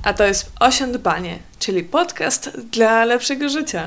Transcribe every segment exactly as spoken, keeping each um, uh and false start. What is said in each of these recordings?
a to jest Osiądbanie, czyli podcast dla lepszego życia.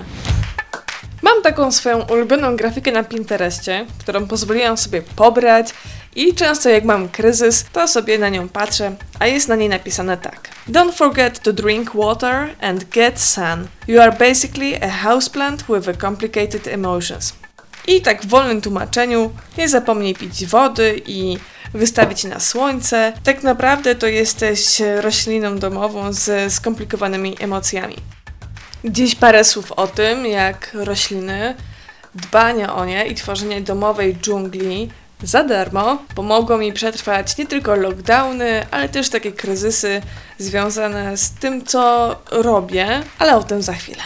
Mam taką swoją ulubioną grafikę na Pinterestie, którą pozwoliłam sobie pobrać i często jak mam kryzys, to sobie na nią patrzę, a jest na niej napisane tak. Don't forget to drink water and get sun. You are basically a houseplant with a complicated emotions. I tak w wolnym tłumaczeniu, nie zapomnij pić wody i wystawić na słońce. Tak naprawdę to jesteś rośliną domową z skomplikowanymi emocjami. Dziś parę słów o tym, jak rośliny, dbanie o nie i tworzenie domowej dżungli za darmo pomogło mi przetrwać nie tylko lockdowny, ale też takie kryzysy związane z tym, co robię, ale o tym za chwilę.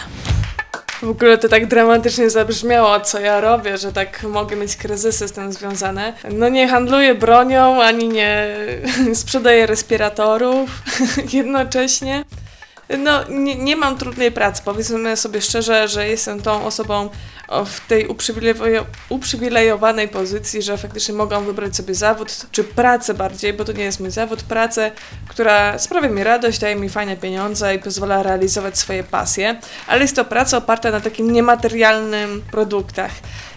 W ogóle to tak dramatycznie zabrzmiało, co ja robię, że tak mogę mieć kryzysy z tym związane. No nie handluję bronią, ani nie sprzedaję respiratorów jednocześnie. No nie, nie mam trudnej pracy, powiedzmy sobie szczerze, że jestem tą osobą w tej uprzywilejo- uprzywilejowanej pozycji, że faktycznie mogę wybrać sobie zawód, czy pracę bardziej, bo to nie jest mój zawód, pracę, która sprawia mi radość, daje mi fajne pieniądze i pozwala realizować swoje pasje, ale jest to praca oparta na takim niematerialnym produktach.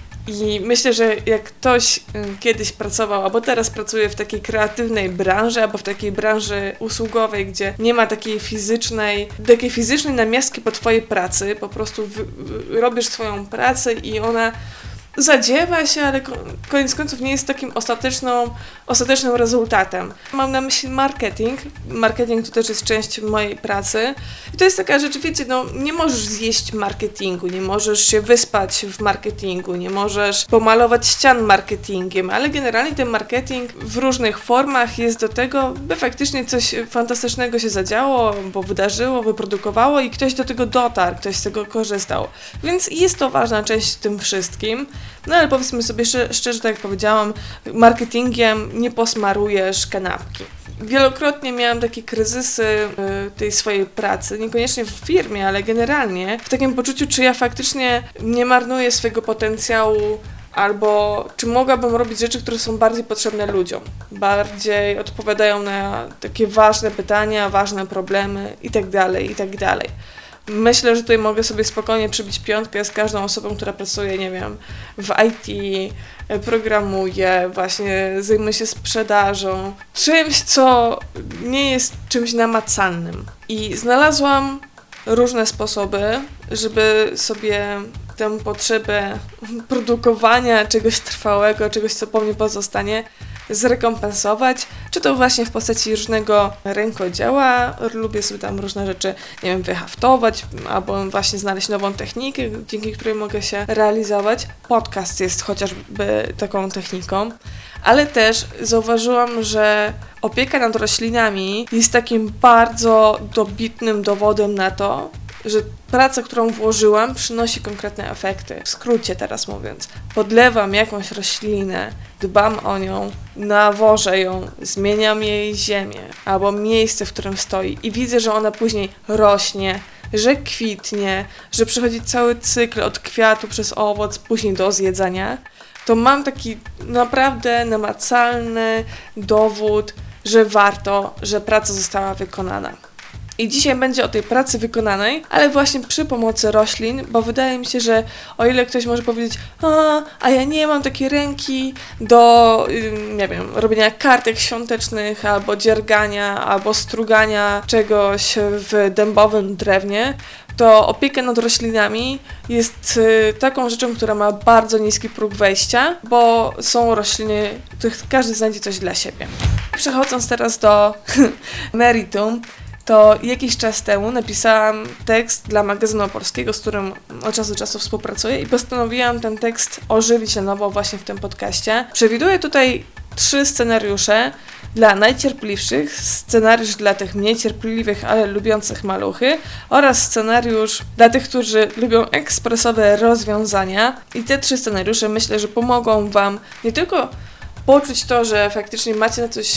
I myślę, że jak ktoś kiedyś pracował, albo teraz pracuje w takiej kreatywnej branży, albo w takiej branży usługowej, gdzie nie ma takiej fizycznej, takiej fizycznej namiastki po twojej pracy, po prostu w, w, robisz swoją pracę i ona zadziewa się, ale koniec końców nie jest takim ostateczną, ostatecznym rezultatem. Mam na myśli marketing. Marketing to też jest część mojej pracy. I to jest taka rzecz, wiecie, no nie możesz zjeść marketingu, nie możesz się wyspać w marketingu, nie możesz pomalować ścian marketingiem, ale generalnie ten marketing w różnych formach jest do tego, by faktycznie coś fantastycznego się zadziało, bo wydarzyło, wyprodukowało i ktoś do tego dotarł, ktoś z tego korzystał. Więc jest to ważna część w tym wszystkim. No ale powiedzmy sobie szczerze, tak jak powiedziałam, marketingiem nie posmarujesz kanapki. Wielokrotnie miałam takie kryzysy y, tej swojej pracy, niekoniecznie w firmie, ale generalnie w takim poczuciu, czy ja faktycznie nie marnuję swojego potencjału, albo czy mogłabym robić rzeczy, które są bardziej potrzebne ludziom, bardziej odpowiadają na takie ważne pytania, ważne problemy itd., itd. Myślę, że tutaj mogę sobie spokojnie przybić piątkę z każdą osobą, która pracuje, nie wiem, w I T, programuje, właśnie zajmuje się sprzedażą, czymś, co nie jest czymś namacalnym. I znalazłam różne sposoby, żeby sobie tę potrzebę produkowania czegoś trwałego, czegoś, co po mnie pozostanie, zrekompensować, czy to właśnie w postaci różnego rękodzieła, lubię sobie tam różne rzeczy, nie wiem, wyhaftować, albo właśnie znaleźć nową technikę, dzięki której mogę się realizować. Podcast jest chociażby taką techniką, ale też zauważyłam, że opieka nad roślinami jest takim bardzo dobitnym dowodem na to, że praca, którą włożyłam, przynosi konkretne efekty. W skrócie teraz mówiąc, podlewam jakąś roślinę, dbam o nią, nawożę ją, zmieniam jej ziemię albo miejsce, w którym stoi i widzę, że ona później rośnie, że kwitnie, że przechodzi cały cykl od kwiatu przez owoc, później do zjedzenia, to mam taki naprawdę namacalny dowód, że warto, że praca została wykonana. I dzisiaj będzie o tej pracy wykonanej, ale właśnie przy pomocy roślin, bo wydaje mi się, że o ile ktoś może powiedzieć, a, a ja nie mam takiej ręki do, nie wiem, robienia kartek świątecznych, albo dziergania, albo strugania czegoś w dębowym drewnie, to opieka nad roślinami jest y, taką rzeczą, która ma bardzo niski próg wejścia, bo są rośliny, w których każdy znajdzie coś dla siebie. Przechodząc teraz do meritum, to jakiś czas temu napisałam tekst dla magazynu Opolskiego, z którym od czasu do czasu współpracuję i postanowiłam ten tekst ożywić na nowo właśnie w tym podcaście. Przewiduję tutaj trzy scenariusze dla najcierpliwszych, scenariusz dla tych mniej cierpliwych, ale lubiących maluchy oraz scenariusz dla tych, którzy lubią ekspresowe rozwiązania. I te trzy scenariusze myślę, że pomogą Wam nie tylko poczuć to, że faktycznie macie na coś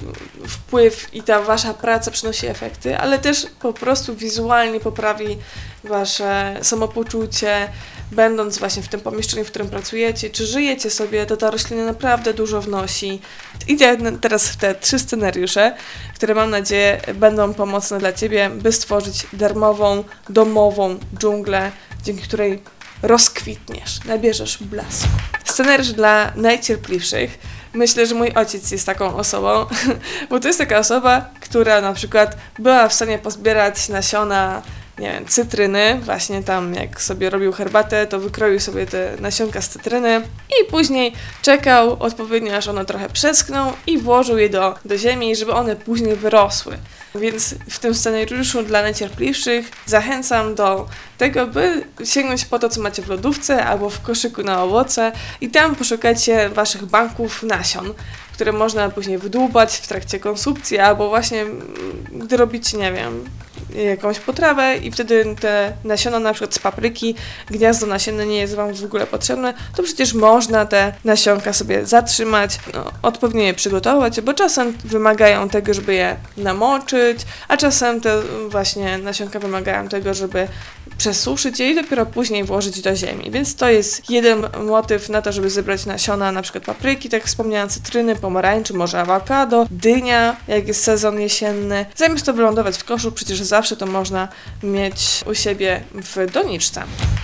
wpływ i ta wasza praca przynosi efekty, ale też po prostu wizualnie poprawi wasze samopoczucie, będąc właśnie w tym pomieszczeniu, w którym pracujecie, czy żyjecie sobie, to ta roślina naprawdę dużo wnosi. Idę teraz w te trzy scenariusze, które mam nadzieję będą pomocne dla Ciebie, by stworzyć darmową, domową dżunglę, dzięki której rozkwitniesz, nabierzesz blasku. Scenariusz dla najcierpliwszych. Myślę, że mój ojciec jest taką osobą, bo to jest taka osoba, która na przykład była w stanie pozbierać nasiona, nie wiem, cytryny, właśnie tam jak sobie robił herbatę, to wykroił sobie te nasionka z cytryny i później czekał odpowiednio, aż one trochę przeschną i włożył je do, do ziemi, żeby one później wyrosły. Więc w tym scenariuszu dla najcierpliwszych zachęcam do tego, by sięgnąć po to, co macie w lodówce albo w koszyku na owoce i tam poszukajcie waszych banków nasion, które można później wydłubać w trakcie konsumpcji albo właśnie gdy robicie, nie wiem, jakąś potrawę i wtedy te nasiona na przykład z papryki, gniazdo nasienne nie jest wam w ogóle potrzebne, to przecież można te nasionka sobie zatrzymać, no, odpowiednio je przygotować, bo czasem wymagają tego, żeby je namoczyć, a czasem te właśnie nasionka wymagają tego, żeby przesuszyć je i dopiero później włożyć do ziemi. Więc to jest jeden motyw na to, żeby zebrać nasiona na przykład papryki, tak jak wspomniałam, cytryny, pomarańczy, może awokado, dynia, jak jest sezon jesienny. Zamiast to wylądować w koszu, przecież zawsze to można mieć u siebie w doniczce.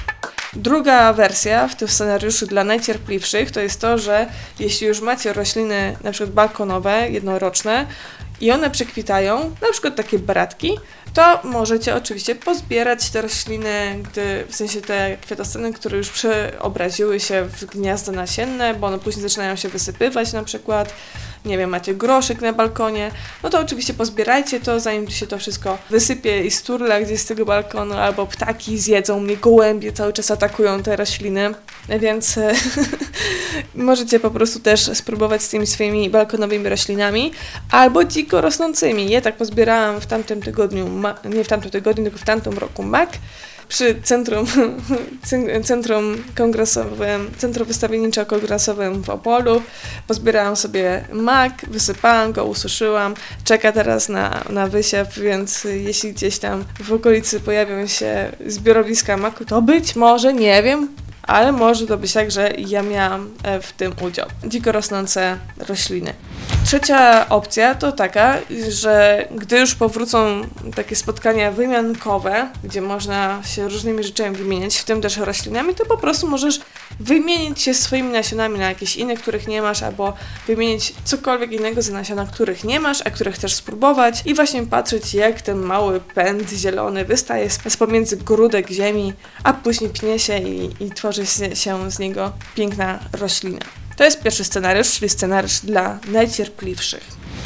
Druga wersja w tym scenariuszu dla najcierpliwszych to jest to, że jeśli już macie rośliny na przykład balkonowe, jednoroczne i one przekwitają, na przykład takie bratki, to możecie oczywiście pozbierać te rośliny, gdy, w sensie te kwiatostany, które już przeobraziły się w gniazda nasienne, bo one później zaczynają się wysypywać na przykład, nie wiem, macie groszyk na balkonie, no to oczywiście pozbierajcie to, zanim się to wszystko wysypie i sturla gdzieś z tego balkonu, albo ptaki zjedzą mnie, gołębie cały czas atakują te rośliny, więc możecie po prostu też spróbować z tymi swoimi balkonowymi roślinami, albo dziko rosnącymi. Ja tak pozbierałam w tamtym tygodniu, ma- nie w tamtym tygodniu, tylko w tamtym roku mak, przy centrum, centrum kongresowym, centrum wystawienniczo-kongresowym w Opolu. Pozbierałam sobie mak, wysypałam go, ususzyłam. Czeka teraz na, na wysiew, więc jeśli gdzieś tam w okolicy pojawią się zbiorowiska maku, to być może, nie wiem, ale może to być tak, że ja miałam w tym udział. Dziko rosnące rośliny. Trzecia opcja to taka, że gdy już powrócą takie spotkania wymiankowe, gdzie można się różnymi rzeczami wymieniać, w tym też roślinami, to po prostu możesz wymienić się swoimi nasionami na jakieś inne, których nie masz, albo wymienić cokolwiek innego za nasiona, których nie masz, a które chcesz spróbować i właśnie patrzeć, jak ten mały pęd zielony wystaje z, z pomiędzy grudek ziemi, a później pnie się i, i tworzy się z niego piękna roślina. To jest pierwszy scenariusz, czyli scenariusz dla najcierpliwszych.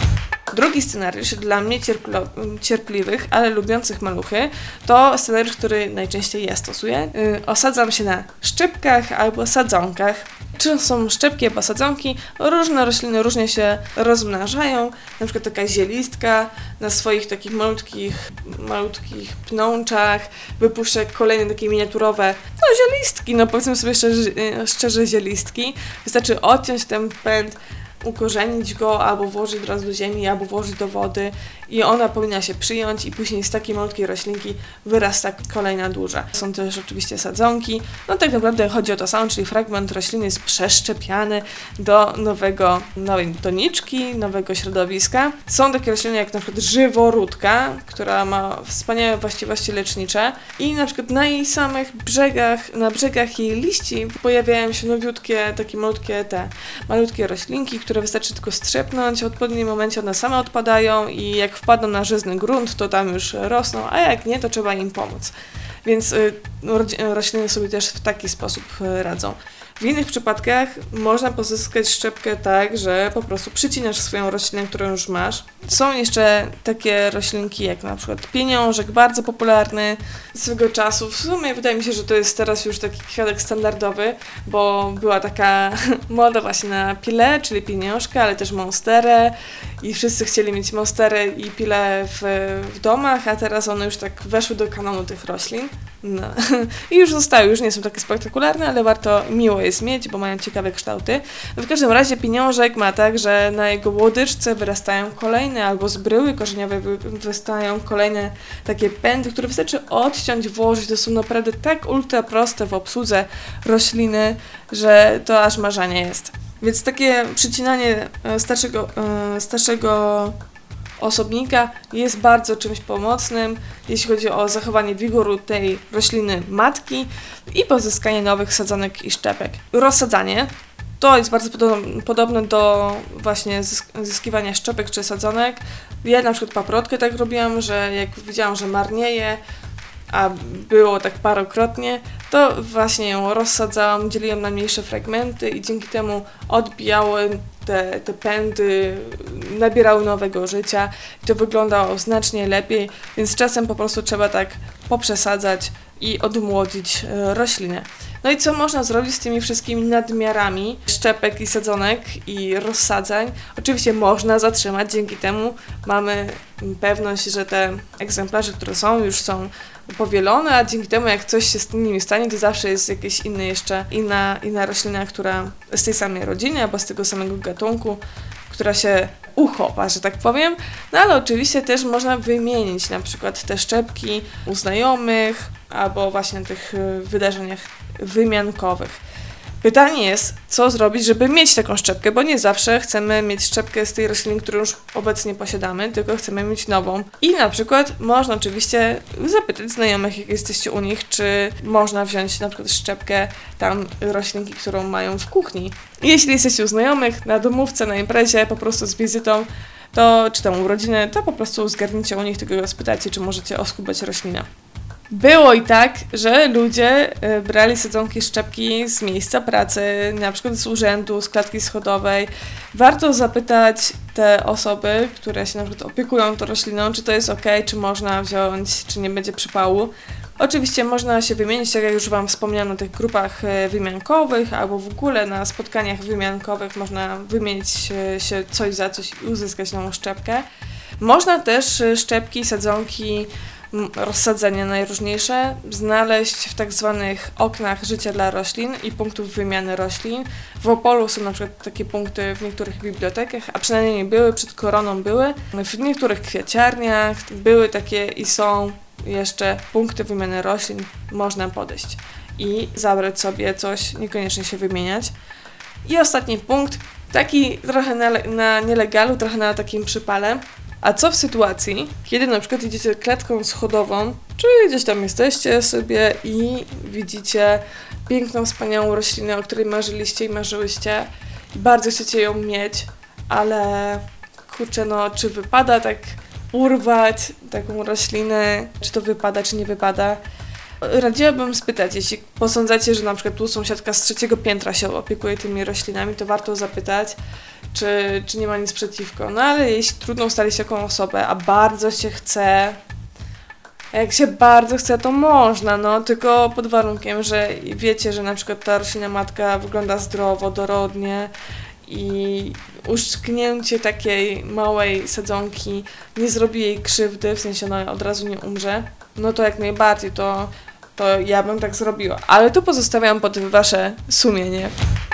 Drugi scenariusz dla mniej cierplo- cierpliwych, ale lubiących maluchy, to scenariusz, który najczęściej ja stosuję. Yy, osadzam się na szczypkach albo sadzonkach. Czy są szczepki albo sadzonki? Różne rośliny różnie się rozmnażają. Na przykład taka zielistka na swoich takich malutkich, malutkich pnączach wypuszcza kolejne takie miniaturowe, no zielistki, no powiedzmy sobie szczerze, szczerze zielistki. Wystarczy odciąć ten pęd, ukorzenić go, albo włożyć od razu do ziemi, albo włożyć do wody i ona powinna się przyjąć i później z takiej malutkiej roślinki wyrasta kolejna duża. Są też oczywiście sadzonki. No tak naprawdę chodzi o to samo, czyli fragment rośliny jest przeszczepiany do nowego, nowej doniczki, nowego środowiska. Są takie rośliny jak na przykład żyworódka, która ma wspaniałe właściwości lecznicze i na przykład na jej samych brzegach, na brzegach jej liści pojawiają się nowiutkie, takie malutkie te malutkie roślinki, które wystarczy tylko strzepnąć, w odpowiednim momencie one same odpadają i jak wpadną na żyzny grunt, to tam już rosną, a jak nie, to trzeba im pomóc. Więc y, rośliny sobie też w taki sposób y, radzą. W innych przypadkach można pozyskać szczepkę tak, że po prostu przycinasz swoją roślinę, którą już masz. Są jeszcze takie roślinki jak na przykład pieniążek, bardzo popularny swego czasu. W sumie wydaje mi się, że to jest teraz już taki kwiatek standardowy, bo była taka moda właśnie na pile, czyli pieniążka, ale też monsterę i wszyscy chcieli mieć monsterę i pile w, w domach, a teraz one już tak weszły do kanonu tych roślin. No. I już zostały, już nie są takie spektakularne, ale warto miło jest mieć, bo mają ciekawe kształty. No w każdym razie pieniążek ma tak, że na jego łodyczce wyrastają kolejne, albo z bryły korzeniowej wyrastają kolejne takie pędy, które wystarczy odciąć, włożyć. To są naprawdę tak ultra proste w obsłudze rośliny, że to aż marzenie jest. Więc takie przycinanie starszego, starszego osobnika jest bardzo czymś pomocnym, jeśli chodzi o zachowanie wigoru tej rośliny matki i pozyskanie nowych sadzonek i szczepek. Rozsadzanie to jest bardzo podobne do właśnie zyskiwania szczepek czy sadzonek. Ja na przykład paprotkę tak robiłam, że jak widziałam, że marnieje, a było tak parokrotnie, to właśnie ją rozsadzałam, dzieliłam na mniejsze fragmenty i dzięki temu odbijały te, te pędy, nabierały nowego życia i to wyglądało znacznie lepiej, więc czasem po prostu trzeba tak poprzesadzać i odmłodzić roślinę. No i co można zrobić z tymi wszystkimi nadmiarami szczepek i sadzonek i rozsadzań? Oczywiście można zatrzymać, dzięki temu mamy pewność, że te egzemplarze, które są, już są powielone, a dzięki temu jak coś się z nimi stanie, to zawsze jest jakieś inne jeszcze, inna, inna roślina, która z tej samej rodziny albo z tego samego gatunku, która się uchowa, że tak powiem. No ale oczywiście też można wymienić na przykład te szczepki u znajomych albo właśnie na tych wydarzeniach wymiankowych. Pytanie jest, co zrobić, żeby mieć taką szczepkę, bo nie zawsze chcemy mieć szczepkę z tej rośliny, którą już obecnie posiadamy, tylko chcemy mieć nową. I na przykład można oczywiście zapytać znajomych, jak jesteście u nich, czy można wziąć na przykład szczepkę tam roślinki, którą mają w kuchni. I jeśli jesteście u znajomych, na domówce, na imprezie, po prostu z wizytą, to czy tam urodziny, to po prostu zgarnijcie u nich, tylko spytajcie, czy możecie oskubać roślinę. Było i tak, że ludzie brali sadzonki, szczepki z miejsca pracy, na przykład z urzędu, z klatki schodowej. Warto zapytać te osoby, które się na przykład opiekują tą rośliną, czy to jest ok, czy można wziąć, czy nie będzie przypału. Oczywiście można się wymienić, tak jak już Wam wspomniałam, na tych grupach wymiankowych albo w ogóle na spotkaniach wymiankowych można wymienić się coś za coś i uzyskać nową szczepkę. Można też szczepki, sadzonki, rozsadzenia najróżniejsze znaleźć w tak zwanych oknach życia dla roślin i punktów wymiany roślin. W Opolu są na przykład takie punkty w niektórych bibliotekach, a przynajmniej były, przed koroną były. W niektórych kwiaciarniach były takie i są jeszcze punkty wymiany roślin. Można podejść i zabrać sobie coś, niekoniecznie się wymieniać. I ostatni punkt, taki trochę na, na nielegalu, trochę na takim przypale. A co w sytuacji, kiedy na przykład idziecie klatką schodową, czy gdzieś tam jesteście sobie i widzicie piękną, wspaniałą roślinę, o której marzyliście i marzyłyście i bardzo chcecie ją mieć, ale kurczę, no czy wypada tak urwać taką roślinę, czy to wypada, czy nie wypada? Radziłabym spytać, jeśli posądzacie, że na przykład tu sąsiadka z trzeciego piętra się opiekuje tymi roślinami, to warto zapytać, czy, czy nie ma nic przeciwko. No ale jeśli trudno ustalić taką osobę, a bardzo się chce, a jak się bardzo chce, to można, no tylko pod warunkiem, że wiecie, że na przykład ta roślina matka wygląda zdrowo, dorodnie i uszczknięcie takiej małej sadzonki nie zrobi jej krzywdy, w sensie ona od razu nie umrze, no to jak najbardziej, to, to ja bym tak zrobiła. Ale tu pozostawiam pod Wasze sumienie.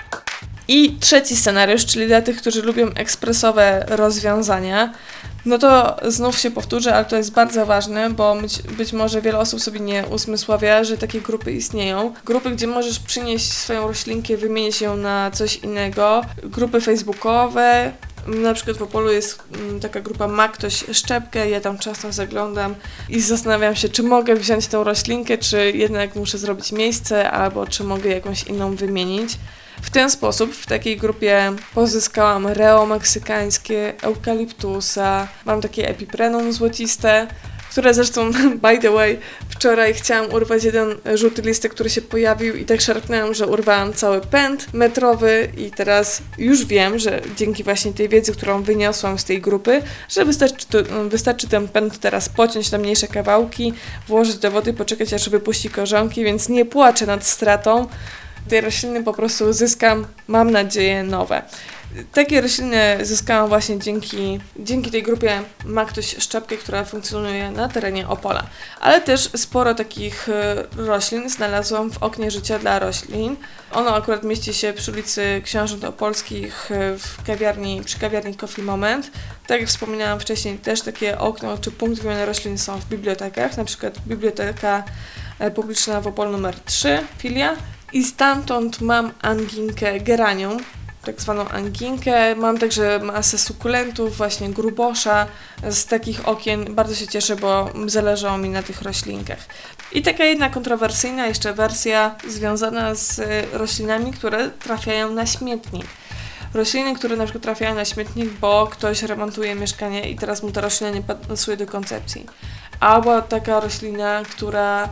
I trzeci scenariusz, czyli dla tych, którzy lubią ekspresowe rozwiązania, no to znów się powtórzę, ale to jest bardzo ważne, bo być, być może wiele osób sobie nie uzmysławia, że takie grupy istnieją. Grupy, gdzie możesz przynieść swoją roślinkę, wymienić ją na coś innego. Grupy facebookowe, na przykład w Opolu jest taka grupa Ma ktoś szczepkę, ja tam często zaglądam i zastanawiam się, czy mogę wziąć tą roślinkę, czy jednak muszę zrobić miejsce, albo czy mogę jakąś inną wymienić. W ten sposób w takiej grupie pozyskałam reo meksykańskie, eukaliptusa, mam takie epiprenum złociste, które zresztą, by the way, wczoraj chciałam urwać jeden żółty listek, który się pojawił i tak szarpnęłam, że urwałam cały pęd metrowy i teraz już wiem, że dzięki właśnie tej wiedzy, którą wyniosłam z tej grupy, że wystarczy, to, wystarczy ten pęd teraz pociąć na mniejsze kawałki, włożyć do wody, poczekać aż wypuści korzonki, więc nie płaczę nad stratą tej rośliny, po prostu zyskam, mam nadzieję, nowe. Takie rośliny zyskałam właśnie dzięki, dzięki tej grupie Ma Ktoś Szczepkę, która funkcjonuje na terenie Opola. Ale też sporo takich roślin znalazłam w oknie życia dla roślin. Ono akurat mieści się przy ulicy Książąt Opolskich w kawiarni, przy kawiarni Coffee Moment. Tak jak wspominałam wcześniej, też takie okno czy punkt wymiany roślin są w bibliotekach, na przykład Biblioteka Publiczna w Opolu numer trzy, filia. I stamtąd mam anginkę geranium, tak zwaną anginkę. Mam także masę sukulentów, właśnie grubosza z takich okien. Bardzo się cieszę, bo zależało mi na tych roślinkach. I taka jedna kontrowersyjna jeszcze wersja związana z roślinami, które trafiają na śmietnik. Rośliny, które na przykład trafiają na śmietnik, bo ktoś remontuje mieszkanie i teraz mu ta roślina nie pasuje do koncepcji. Albo taka roślina, która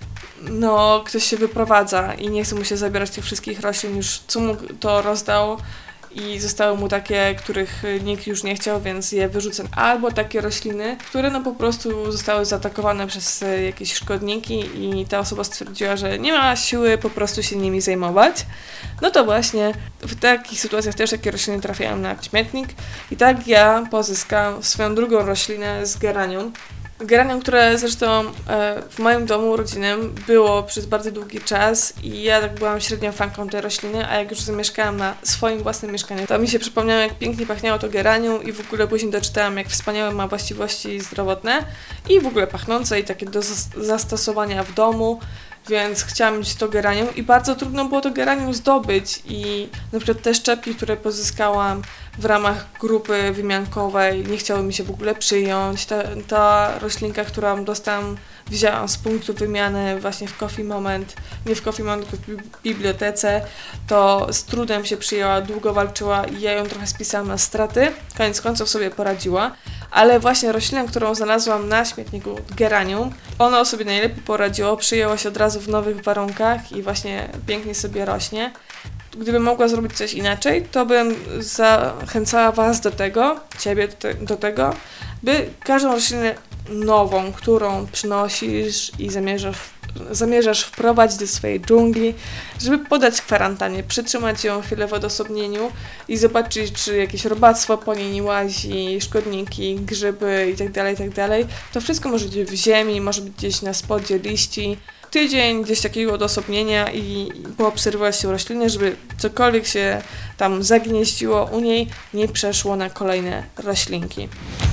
no, ktoś się wyprowadza i nie chce mu się zabierać tych wszystkich roślin, już co mu to rozdał i zostały mu takie, których nikt już nie chciał, więc je wyrzucę. Albo takie rośliny, które no po prostu zostały zaatakowane przez jakieś szkodniki i ta osoba stwierdziła, że nie ma siły po prostu się nimi zajmować. No to właśnie w takich sytuacjach też takie rośliny trafiają na śmietnik i tak ja pozyskałam swoją drugą roślinę z geranium. Geranium, które zresztą w moim domu rodzinnym było przez bardzo długi czas i ja tak byłam średnią fanką tej rośliny, a jak już zamieszkałam na swoim własnym mieszkaniu, to mi się przypomniało, jak pięknie pachniało to geranium i w ogóle później doczytałam, jak wspaniałe ma właściwości zdrowotne i w ogóle pachnące i takie do zastosowania w domu. Więc chciałam mieć to geranium i bardzo trudno było to geranium zdobyć i na przykład te szczepki, które pozyskałam w ramach grupy wymiankowej, nie chciały mi się w ogóle przyjąć. Ta, ta roślinka, którą dostałam, wzięłam z punktu wymiany właśnie w Coffee Moment, nie w Coffee Moment, tylko w bibliotece, to z trudem się przyjęła, długo walczyła i ja ją trochę spisałam na straty, koniec końców sobie poradziła. Ale właśnie roślinę, którą znalazłam na śmietniku, geranium, ono sobie najlepiej poradziło, przyjęło się od razu w nowych warunkach i właśnie pięknie sobie rośnie. Gdybym mogła zrobić coś inaczej, to bym zachęcała Was do tego, Ciebie do, te, do tego, by każdą roślinę nową, którą przynosisz i zamierzasz, zamierzasz wprowadzić do swojej dżungli, żeby podać kwarantannie, przytrzymać ją chwilę w odosobnieniu i zobaczyć, czy jakieś robactwo po niej nie łazi, szkodniki, grzyby itd., itd. To wszystko może być w ziemi, może być gdzieś na spodzie liści. Tydzień gdzieś takiego odosobnienia i poobserwować się rośliny, żeby cokolwiek się tam zagnieździło u niej, nie przeszło na kolejne roślinki.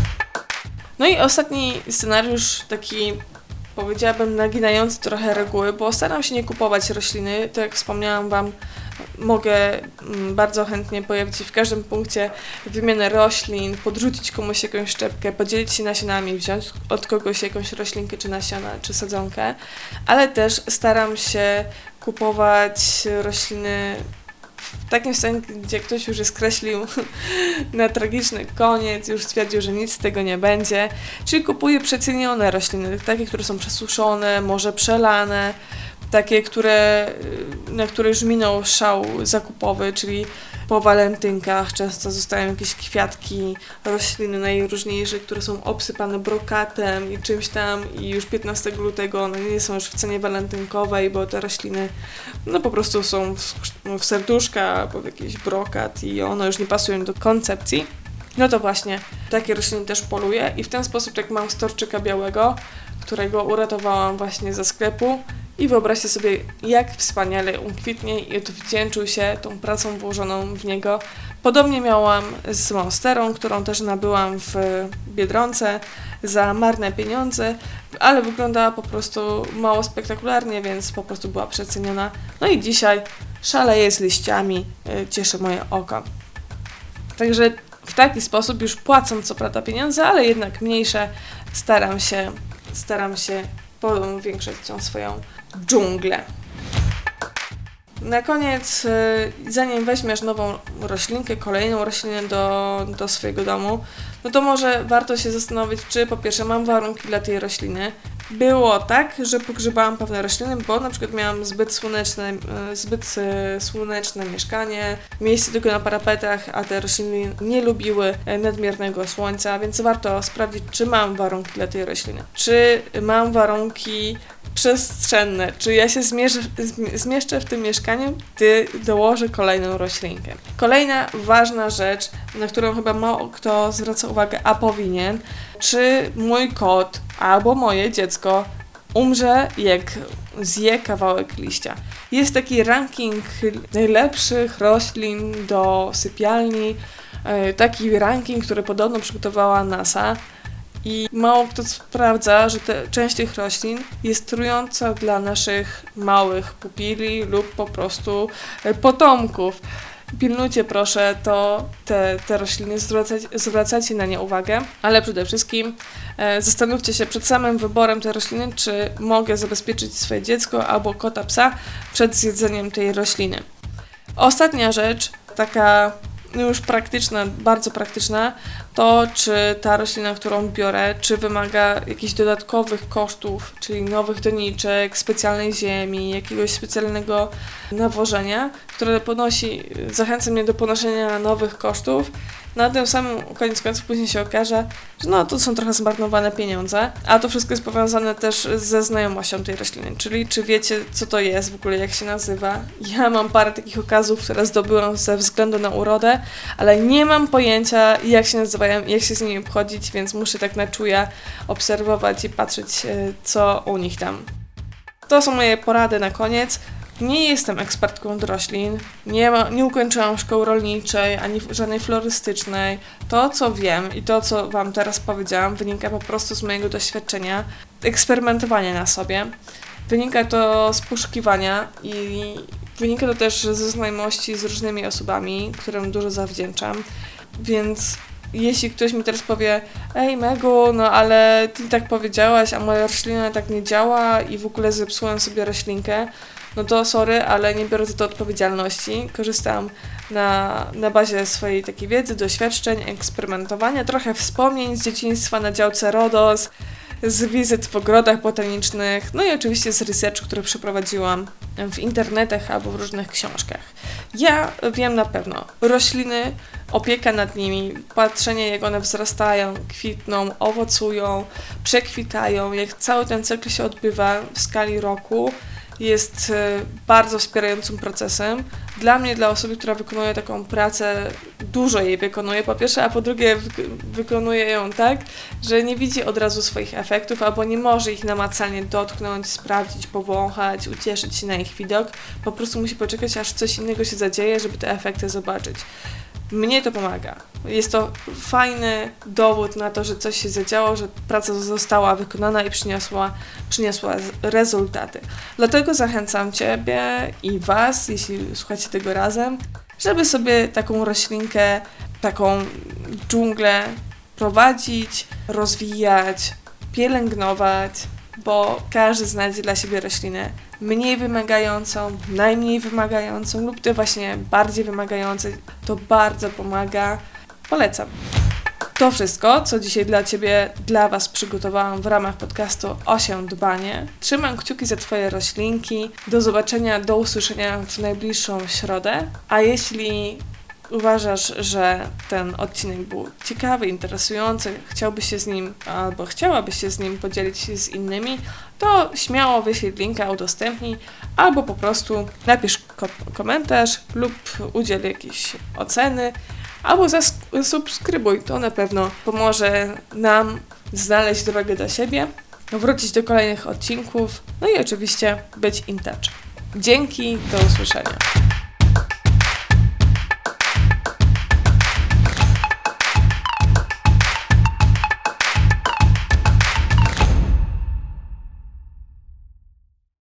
No i ostatni scenariusz, taki powiedziałabym naginający trochę reguły, bo staram się nie kupować rośliny. Tak jak wspomniałam Wam, mogę bardzo chętnie pojawić się w każdym punkcie wymiany roślin, podrzucić komuś jakąś szczepkę, podzielić się nasionami, wziąć od kogoś jakąś roślinkę, czy nasiona, czy sadzonkę, ale też staram się kupować rośliny w takim stanie, gdzie ktoś już je skreślił na tragiczny koniec, już stwierdził, że nic z tego nie będzie, czyli kupuję przecenione rośliny, takie, które są przesuszone, może przelane, takie, które, na które już minął szał zakupowy, czyli po walentynkach często zostają jakieś kwiatki, rośliny najróżniejsze, które są obsypane brokatem i czymś tam i już piętnastego lutego one nie są już w cenie walentynkowej, bo te rośliny no po prostu są w, w serduszka albo w jakiś brokat i one już nie pasują do koncepcji. No to właśnie takie rośliny też poluję i w ten sposób jak mam storczyka białego, którego uratowałam właśnie ze sklepu, i wyobraźcie sobie, jak wspaniale on kwitnie i odwdzięczył się tą pracą włożoną w niego. Podobnie miałam z monsterą, którą też nabyłam w Biedronce za marne pieniądze, ale wyglądała po prostu mało spektakularnie, więc po prostu była przeceniona. No i dzisiaj szaleje z liściami, cieszy moje oko. Także w taki sposób, już płacąc co prawda pieniądze, ale jednak mniejsze, staram się, staram się powiększać tą swoją dżunglę. Na koniec, zanim weźmiesz nową roślinkę, kolejną roślinę do, do swojego domu, no to może warto się zastanowić, czy po pierwsze mam warunki dla tej rośliny. Było tak, że pogrzebałam pewne rośliny, bo na przykład miałam zbyt słoneczne, zbyt słoneczne mieszkanie, miejsce tylko na parapetach, a te rośliny nie lubiły nadmiernego słońca, więc warto sprawdzić, czy mam warunki dla tej rośliny. Czy mam warunki przestrzenne. Czy ja się zmierzę, zmieszczę w tym mieszkaniu, gdy dołożę kolejną roślinkę. Kolejna ważna rzecz, na którą chyba mało kto zwraca uwagę, a powinien, czy mój kot albo moje dziecko umrze, jak zje kawałek liścia. Jest taki ranking najlepszych roślin do sypialni, taki ranking, który podobno przygotowała NASA. I mało kto sprawdza, że te, część tych roślin jest trująca dla naszych małych pupili lub po prostu potomków. Pilnujcie proszę to, te, te rośliny, zwracać, zwracajcie na nie uwagę, ale przede wszystkim e, zastanówcie się przed samym wyborem tej rośliny, czy mogę zabezpieczyć swoje dziecko albo kota, psa przed zjedzeniem tej rośliny. Ostatnia rzecz, taka już praktyczna, bardzo praktyczna, to czy ta roślina, którą biorę, czy wymaga jakichś dodatkowych kosztów, czyli nowych doniczek, specjalnej ziemi, jakiegoś specjalnego nawożenia, które ponosi, zachęca mnie do ponoszenia nowych kosztów. Na tym samym koniec końców później się okaże, że no to są trochę zmarnowane pieniądze, a to wszystko jest powiązane też ze znajomością tej rośliny, czyli czy wiecie, co to jest w ogóle, jak się nazywa. Ja mam parę takich okazów, które zdobyłam ze względu na urodę, ale nie mam pojęcia, jak się nazywają i jak się z nimi obchodzić, więc muszę tak na czuja obserwować i patrzeć, co u nich tam. To są moje porady na koniec. Nie jestem ekspertką od roślin, nie, ma, nie ukończyłam szkoły rolniczej, ani żadnej florystycznej. To, co wiem i to, co Wam teraz powiedziałam, wynika po prostu z mojego doświadczenia, eksperymentowania na sobie. Wynika to z poszukiwania i wynika to też ze znajomości z różnymi osobami, którym dużo zawdzięczam. Więc jeśli ktoś mi teraz powie, ej Megu, no ale ty tak powiedziałaś, a moja roślina tak nie działa i w ogóle zepsułam sobie roślinkę, no to sorry, ale nie biorę za to odpowiedzialności. Korzystam na, na bazie swojej takiej wiedzy, doświadczeń, eksperymentowania, trochę wspomnień z dzieciństwa na działce RODOS, z wizyt w ogrodach botanicznych, no i oczywiście z researchu, który przeprowadziłam w internetach albo w różnych książkach. Ja wiem na pewno, rośliny, opieka nad nimi, patrzenie jak one wzrastają, kwitną, owocują, przekwitają, jak cały ten cykl się odbywa w skali roku, jest bardzo wspierającym procesem. Dla mnie, dla osoby, która wykonuje taką pracę, dużo jej wykonuje, po pierwsze, a po drugie wy- wykonuje ją tak, że nie widzi od razu swoich efektów, albo nie może ich namacalnie dotknąć, sprawdzić, powąchać, ucieszyć się na ich widok. Po prostu musi poczekać, aż coś innego się zadzieje, żeby te efekty zobaczyć. Mnie to pomaga. Jest to fajny dowód na to, że coś się zadziało, że praca została wykonana i przyniosła, przyniosła rezultaty. Dlatego zachęcam Ciebie i Was, jeśli słuchacie tego razem, żeby sobie taką roślinkę, taką dżunglę prowadzić, rozwijać, pielęgnować, bo każdy znajdzie dla siebie roślinę mniej wymagającą, najmniej wymagającą lub te właśnie bardziej wymagające. To bardzo pomaga. Polecam. To wszystko, co dzisiaj dla Ciebie, dla Was przygotowałam w ramach podcastu Osiem Dbanie. Trzymam kciuki za Twoje roślinki. Do zobaczenia, do usłyszenia w najbliższą środę. A jeśli uważasz, że ten odcinek był ciekawy, interesujący, chciałbyś się z nim albo chciałabyś się z nim podzielić z innymi, to śmiało wyślij linka, udostępnij albo po prostu napisz ko- komentarz lub udziel jakiejś oceny albo zasubskrybuj. To na pewno pomoże nam znaleźć drogę do siebie, wrócić do kolejnych odcinków, no i oczywiście być in touch. Dzięki, do usłyszenia.